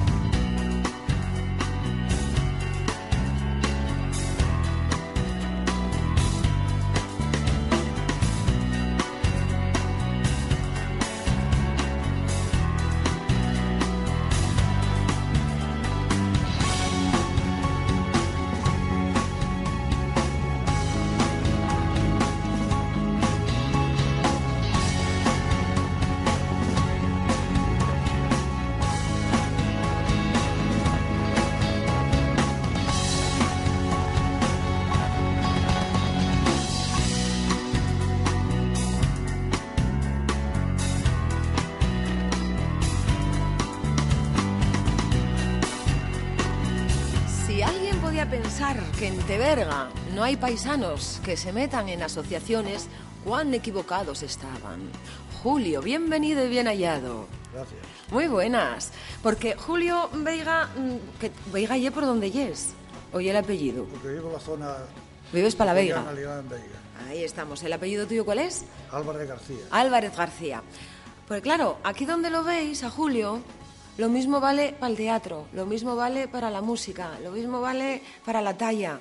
Pensar que en Teverga no hay paisanos que se metan en asociaciones, cuán equivocados estaban. Julio, bienvenido y bien hallado. Gracias. Muy buenas. Porque Julio Veiga, Veiga ye por donde yes, oye el apellido. Porque vivo en la zona... Vives para la Veiga. En Veiga. Ahí estamos. ¿El apellido tuyo cuál es? Álvarez García. Álvarez García. Pues claro, aquí donde lo veis, a Julio... Lo mismo vale para el teatro, lo mismo vale para la música, lo mismo vale para la talla.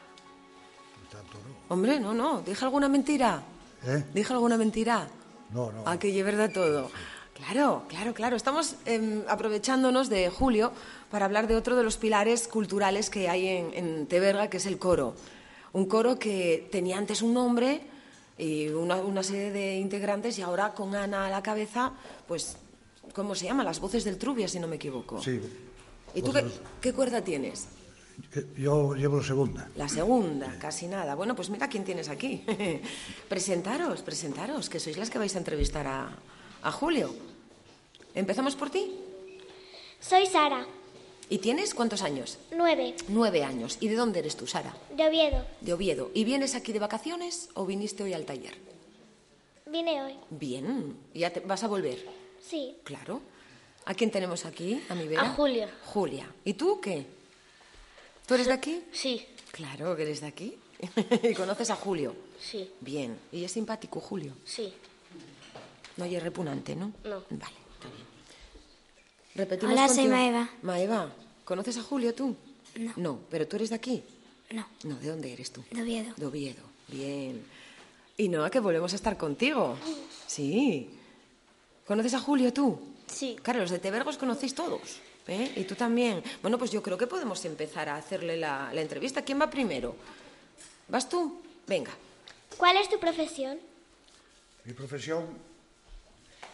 Tanto no. Hombre, no, ¿dije alguna mentira? ¿Dije alguna mentira? No. Aquí es verdad todo. Claro. Estamos aprovechándonos de Julio para hablar de otro de los pilares culturales que hay en Teverga, que es el coro. Un coro que tenía antes un nombre y una serie de integrantes y ahora con Ana a la cabeza, pues... ¿Cómo se llama? Las Voces del Trubia, si no me equivoco. Sí. ¿Y tú qué cuerda tienes? Yo llevo la segunda. La segunda, casi nada. Bueno, pues mira quién tienes aquí. Presentaros, que sois las que vais a entrevistar a Julio. ¿Empezamos por ti? Soy Sara. ¿Y tienes cuántos años? 9. 9 años. ¿Y de dónde eres tú, Sara? De Oviedo. De Oviedo. ¿Y vienes aquí de vacaciones o viniste hoy al taller? Vine hoy. Bien. ¿Ya vas a volver? Sí. Claro. ¿A quién tenemos aquí? ¿A mi vera? A Julia. Julia. ¿Y tú qué? ¿Tú eres de aquí? Sí. Claro que eres de aquí. ¿Y conoces a Julio? Sí. Bien. ¿Y es simpático Julio? Sí. No hay repugnante, ¿no? No. Vale, está bien. Repetimos Hola, contigo. soy Maeva. Maeva, ¿conoces a Julio tú? No. No, ¿pero tú eres de aquí? No. No, ¿de dónde eres tú? De Oviedo. De Oviedo, bien. Y no, que volvemos a estar contigo. Sí. ¿Conoces a Julio tú? Sí. Claro, los de Teverga os conocéis todos, ¿eh? Y tú también. Bueno, pues yo creo que podemos empezar a hacerle la entrevista. ¿Quién va primero? ¿Vas tú? Venga. ¿Cuál es tu profesión? Mi profesión,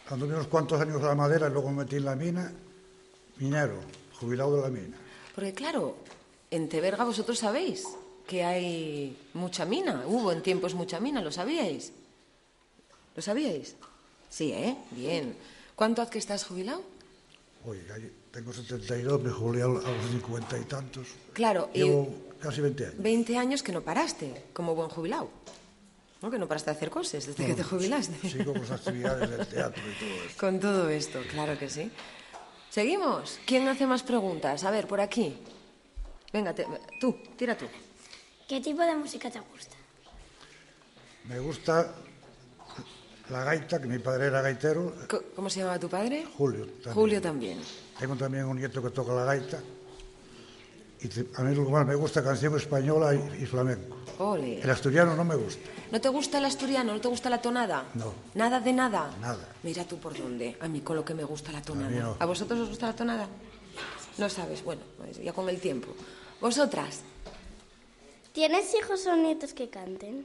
anduve unos cuantos años a la madera y luego me metí en la mina, minero, jubilado de la mina. Porque claro, en Teberga vosotros sabéis que hay mucha mina. Hubo en tiempos mucha mina, ¿lo sabíais? ¿Lo sabíais? Sí, ¿eh? Bien. ¿Cuánto hace que estás jubilado? Oiga, tengo 72, me jubilé a los 50 y tantos. Claro. Llevo casi 20 años. 20 años que no paraste, como buen jubilado. ¿No? Que no paraste de hacer cosas desde que te jubilaste. Sigo con las actividades del teatro y todo esto. Con todo esto, claro que sí. ¿Seguimos? ¿Quién hace más preguntas? A ver, por aquí. Venga, tú, tira tú. ¿Qué tipo de música te gusta? Me gusta la gaita, que mi padre era gaitero. ¿Cómo se llamaba tu padre? Julio también. Julio también. Tengo también un nieto que toca la gaita. Y a mí lo que más me gusta, canción española y flamenco. Ole. El asturiano no me gusta. ¿No te gusta el asturiano? ¿No te gusta la tonada? No. ¿Nada de nada? Nada. Mira tú por dónde. A mí con lo que me gusta la tonada. A mí no. ¿A vosotros os gusta la tonada? No sabes. Bueno, pues ya con el tiempo. ¿Vosotras? ¿Tienes hijos o nietos que canten?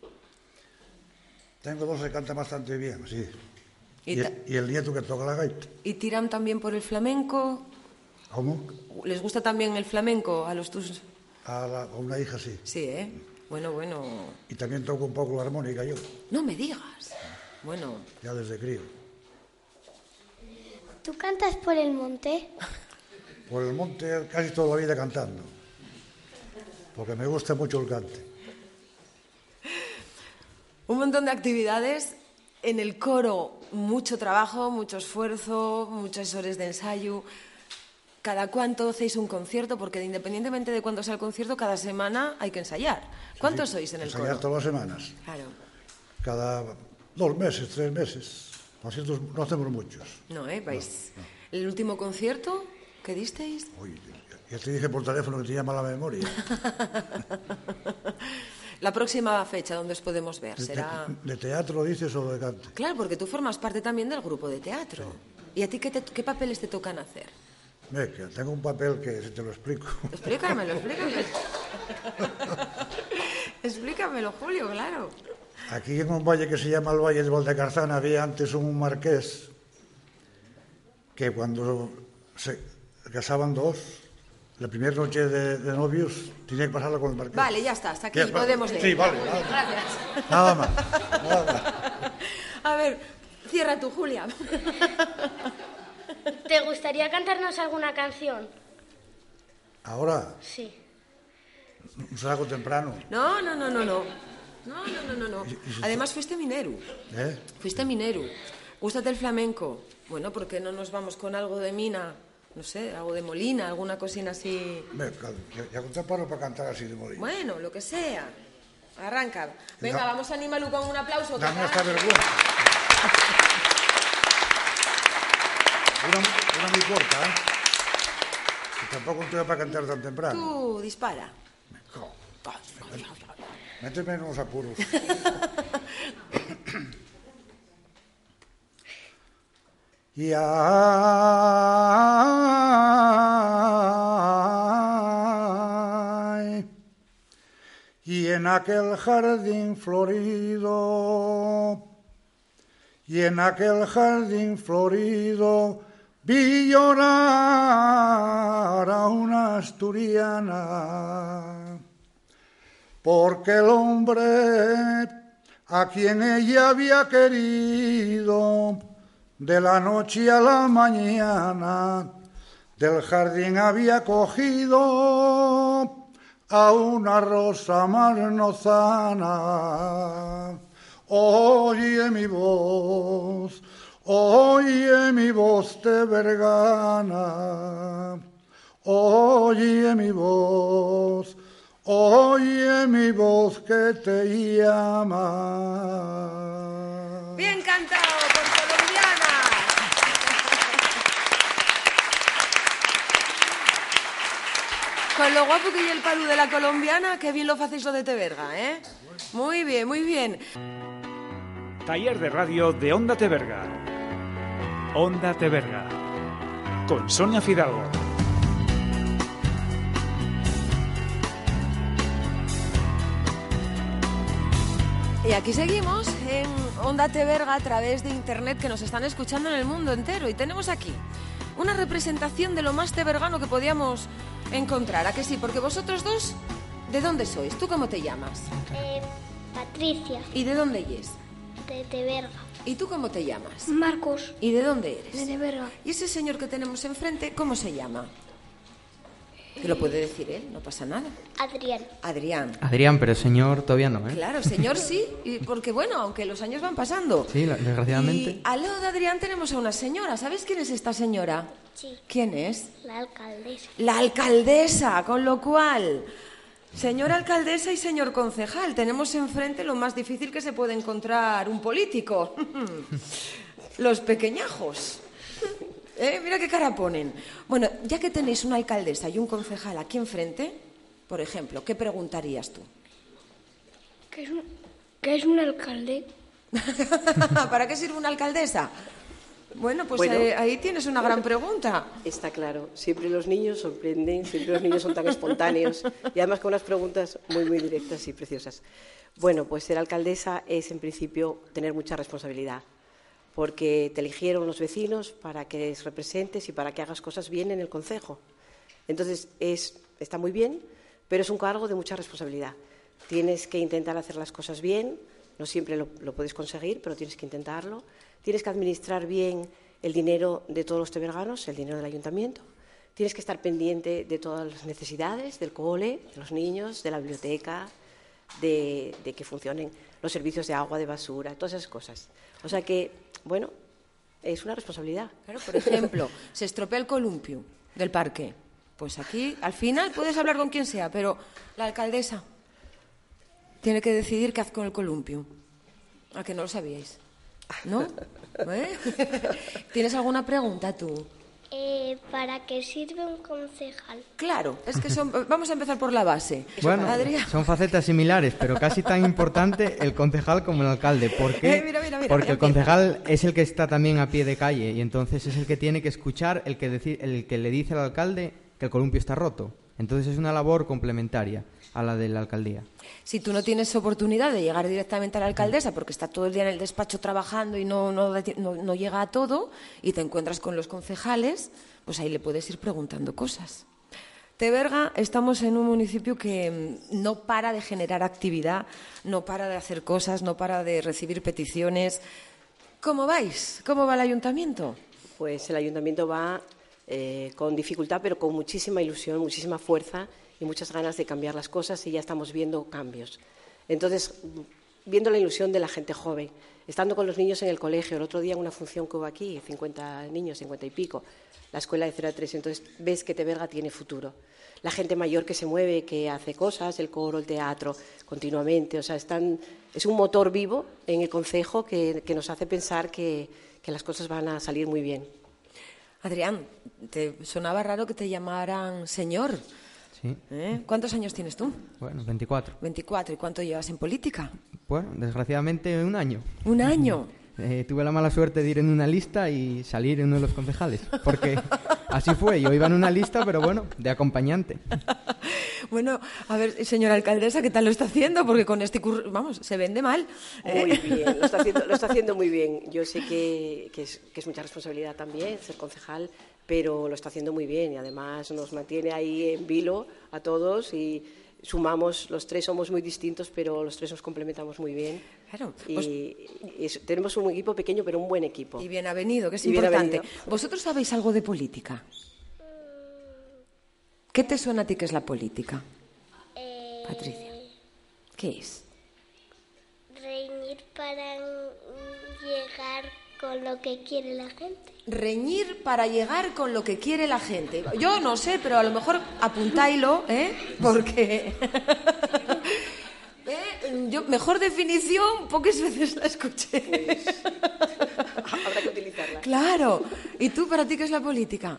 Tengo dos que cantan bastante bien, sí. Y el nieto que toca la gaita. ¿Y tiran también por el flamenco? ¿Cómo? ¿Les gusta también el flamenco a los tus...? A una hija, sí. Sí, ¿eh? Bueno. Y también toco un poco la armónica yo. No me digas. Bueno. Ya desde crío. ¿Tú cantas por el monte? Por el monte casi toda la vida cantando. Porque me gusta mucho el cante. Un montón de actividades. En el coro, mucho trabajo, mucho esfuerzo, muchas horas de ensayo. ¿Cada cuánto hacéis un concierto? Porque independientemente de cuándo sea el concierto, cada semana hay que ensayar. ¿Cuántos sois en el coro? Ensayar todas las semanas. Claro. Cada 2 meses, 3 meses. Conciertos no hacemos muchos. No, vais. No. ¿El último concierto que disteis? Uy, ya te dije por teléfono que tenía mala memoria. La próxima fecha, ¿dónde os podemos ver? ¿Será...? ¿De teatro dices o de cante? Claro, porque tú formas parte también del grupo de teatro. Sí. ¿Y a ti qué papeles te tocan hacer? Que tengo un papel que si te lo explico. Explícamelo. Explícamelo, Julio, claro. Aquí en un valle que se llama el Valle de Valdecarzana había antes un marqués que cuando se casaban dos, la primera noche de novios tenía que pasarla con el marqués. Vale, ya está, hasta aquí podemos leer. Sí, vale. Gracias. Nada más. A ver, cierra tú, Julia. ¿Te gustaría cantarnos alguna canción? ¿Ahora? Sí. ¿Un saco temprano? No. Además fuiste minero. Fuiste minero. ¿Gústate el flamenco? Bueno, ¿por qué no nos vamos con algo de mina? No sé, algo de Molina, alguna cosina así... Ya paro para cantar así de Molina. Bueno, lo que sea. Arranca. Venga, vamos a animarlo con un aplauso. Dame esta vergüenza. Una muy corta, ¿eh? Que tampoco estoy para cantar tan temprano. Tú, dispara. Méteme en unos apuros. Y en aquel jardín florido, vi llorar a una asturiana, porque el hombre a quien ella había querido, de la noche a la mañana, del jardín había cogido a una rosa marnozana. Oye mi voz tebergana, oye mi voz que te llama. Bien cantado por colombiana. Con lo guapo que y el palu de la colombiana, qué bien lo hacéis lo de Teberga, ¿eh? Muy bien, muy bien. Taller de radio de Onda Teberga. Onda Teberga. Con Sonia Fidalgo. Y aquí seguimos en Onda Teverga a través de internet, que nos están escuchando en el mundo entero. Y tenemos aquí una representación de lo más tevergano que podíamos encontrar. ¿A que sí? Porque vosotros dos, ¿de dónde sois? ¿Tú cómo te llamas? Patricia. ¿Y de dónde eres? De Teverga. ¿Y tú cómo te llamas? Marcos. ¿Y de dónde eres? De Teverga. ¿Y ese señor que tenemos enfrente, cómo se llama? Que lo puede decir él, no pasa nada. Adrián. Adrián. Adrián, pero señor todavía no, ¿eh? Claro, señor sí, porque bueno, aunque los años van pasando. Sí, desgraciadamente. Y al lado de Adrián tenemos a una señora. ¿Sabes quién es esta señora? Sí. ¿Quién es? La alcaldesa. La alcaldesa, con lo cual, señora alcaldesa y señor concejal, tenemos enfrente lo más difícil que se puede encontrar un político. Los pequeñajos. Mira qué cara ponen. Bueno, ya que tenéis una alcaldesa y un concejal aquí enfrente, por ejemplo, ¿qué preguntarías tú? ¿Qué es un alcalde? ¿Para qué sirve una alcaldesa? Bueno, pues ahí tienes una gran pregunta. Está claro. Siempre los niños sorprenden, siempre los niños son tan espontáneos y además con unas preguntas muy, muy directas y preciosas. Bueno, pues ser alcaldesa es en principio tener mucha responsabilidad, porque te eligieron los vecinos para que les representes y para que hagas cosas bien en el concejo. Entonces, está muy bien, pero es un cargo de mucha responsabilidad. Tienes que intentar hacer las cosas bien, no siempre lo puedes conseguir, pero tienes que intentarlo. Tienes que administrar bien el dinero de todos los teverganos, el dinero del ayuntamiento. Tienes que estar pendiente de todas las necesidades del cole, de los niños, de la biblioteca, de que funcionen los servicios de agua, de basura, todas esas cosas. O sea que, bueno, es una responsabilidad. Claro, por ejemplo, se estropea el columpio del parque. Pues aquí, al final, puedes hablar con quien sea, pero la alcaldesa tiene que decidir qué hace con el columpio. ¿A que no lo sabíais? ¿No? ¿Tienes alguna pregunta tú? ¿Para qué sirve un concejal? Claro, es que vamos a empezar por la base. Bueno, Adrián. son facetas similares, pero casi tan importante el concejal como el alcalde. ¿Por qué? Mira, porque el concejal es el que está también a pie de calle y entonces es el que tiene que escuchar el que le dice al alcalde que el columpio está roto. Entonces es una labor complementaria a la de la alcaldía. Si tú no tienes oportunidad de llegar directamente a la alcaldesa porque está todo el día en el despacho trabajando y no llega a todo y te encuentras con los concejales, pues ahí le puedes ir preguntando cosas. Teverga, estamos en un municipio que no para de generar actividad, no para de hacer cosas, no para de recibir peticiones. ¿Cómo vais? ¿Cómo va el ayuntamiento? Pues el ayuntamiento va con dificultad, pero con muchísima ilusión, muchísima fuerza y muchas ganas de cambiar las cosas y ya estamos viendo cambios. Entonces, viendo la ilusión de la gente joven, estando con los niños en el colegio, el otro día en una función que hubo aquí, 50 niños, 50 y pico, la escuela de 0 a 3, entonces ves que Teverga tiene futuro. La gente mayor que se mueve, que hace cosas, el coro, el teatro, continuamente, o sea, es un motor vivo en el concejo que nos hace pensar que las cosas van a salir muy bien. Adrián, ¿te sonaba raro que te llamaran señor? Sí. ¿Cuántos años tienes tú? Bueno, 24. 24. ¿Y cuánto llevas en política? Bueno, desgraciadamente 1 año. ¿Un año? Tuve la mala suerte de ir en una lista y salir en uno de los concejales, porque así fue, yo iba en una lista, pero bueno, de acompañante. Bueno, a ver, señora alcaldesa, ¿qué tal lo está haciendo? Porque con este vamos, se vende mal. Muy bien, lo está haciendo muy bien. Yo sé que es mucha responsabilidad también ser concejal, pero lo está haciendo muy bien y además nos mantiene ahí en vilo a todos y sumamos, los tres somos muy distintos, pero los tres nos complementamos muy bien. Claro. Tenemos un equipo pequeño, pero un buen equipo. Y bien avenido, que es importante. ¿Vosotros sabéis algo de política? ¿Qué te suena a ti que es la política? Patricia, ¿qué es? Reñir para llegar con lo que quiere la gente. Reñir para llegar con lo que quiere la gente. Yo no sé, pero a lo mejor apuntáislo, porque yo mejor definición pocas veces la escuché. Pues, habrá que utilizarla. Claro. ¿Y tú, para ti, qué es la política?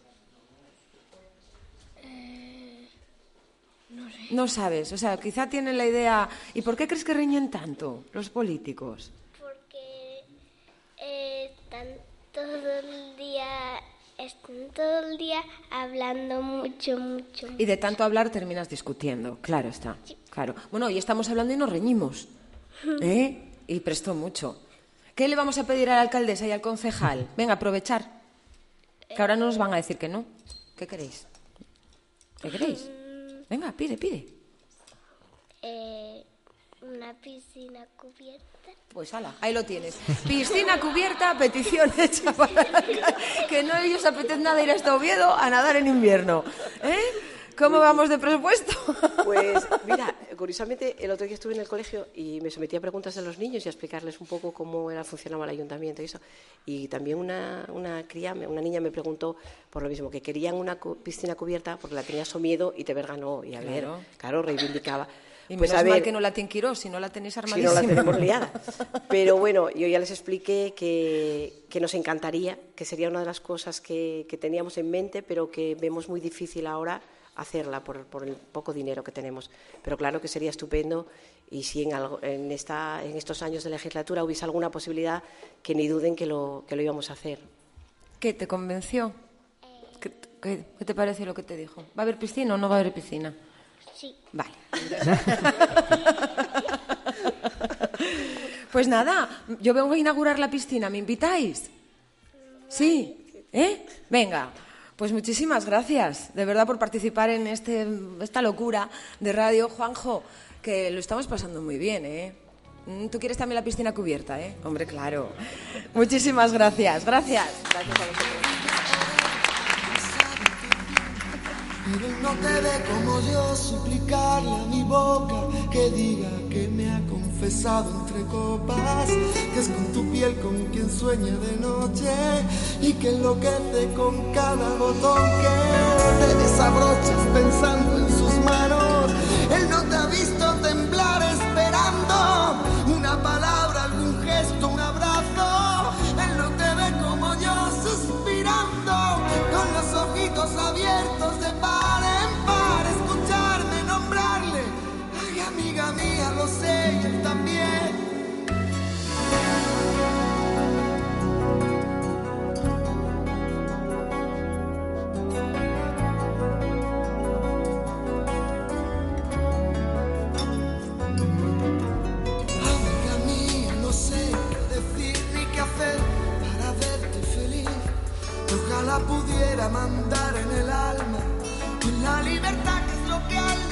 No sé. No sabes, o sea, quizá tienen la idea. ¿Y por qué crees que reñen tanto los políticos? Porque están todo el día hablando mucho. Y de tanto hablar terminas discutiendo, claro está. Sí. Claro. Bueno, hoy estamos hablando y nos reñimos. Y prestó mucho. ¿Qué le vamos a pedir a la alcaldesa y al concejal? Venga, aprovechar. Que ahora no nos van a decir que no. ¿Qué queréis? ¿Qué queréis? Venga, pide. Una piscina cubierta. Pues ala, ahí lo tienes. Piscina cubierta, petición hecha para que no ellos apetece nada ir hasta Oviedo a nadar en invierno. ¿Cómo vamos de presupuesto? Pues mira, curiosamente el otro día estuve en el colegio y me sometí a preguntas de los niños y a explicarles un poco cómo funcionaba el ayuntamiento y eso. Y también una niña me preguntó por lo mismo, que querían una piscina cubierta porque la tenía Somiedo y Teberga no. Y a ver, claro, reivindicaba. Y pues menos mal que no la tiene Quirós, si no la tenéis armadísima. Si no la tenemos liada. Pero bueno, yo ya les expliqué que nos encantaría, que sería una de las cosas que teníamos en mente, pero que vemos muy difícil ahora hacerla por el poco dinero que tenemos. Pero claro que sería estupendo, y si en estos años de legislatura hubiese alguna posibilidad, que ni duden que lo íbamos a hacer. ¿Qué te convenció? ¿Qué te pareció lo que te dijo? ¿Va a haber piscina o no va a haber piscina? Sí. Vale. Pues nada, yo vengo a inaugurar la piscina, ¿me invitáis? ¿Sí? Venga, pues muchísimas gracias, de verdad, por participar en esta locura de radio. Juanjo, que lo estamos pasando muy bien, Tú quieres también la piscina cubierta, Hombre, claro. Muchísimas gracias. Gracias a vosotros. Pero él no te ve como yo, suplicarle a mi boca que diga que me ha confesado entre copas, que es con tu piel con quien sueña de noche y que enloquece con cada botón que te desabrochas pensando en sus manos. Él no te ha visto temblar esperando una palabra, algún gesto, un abrazo. Él no te ve como yo, suspirando con los ojitos abiertos de par en par, escucharme nombrarle. Ay, amiga mía, lo sé, y él también. Amiga mía, no sé qué decir ni qué hacer para verte feliz. Ojalá pudiera mandar en el alma, con la libertad que es lo que al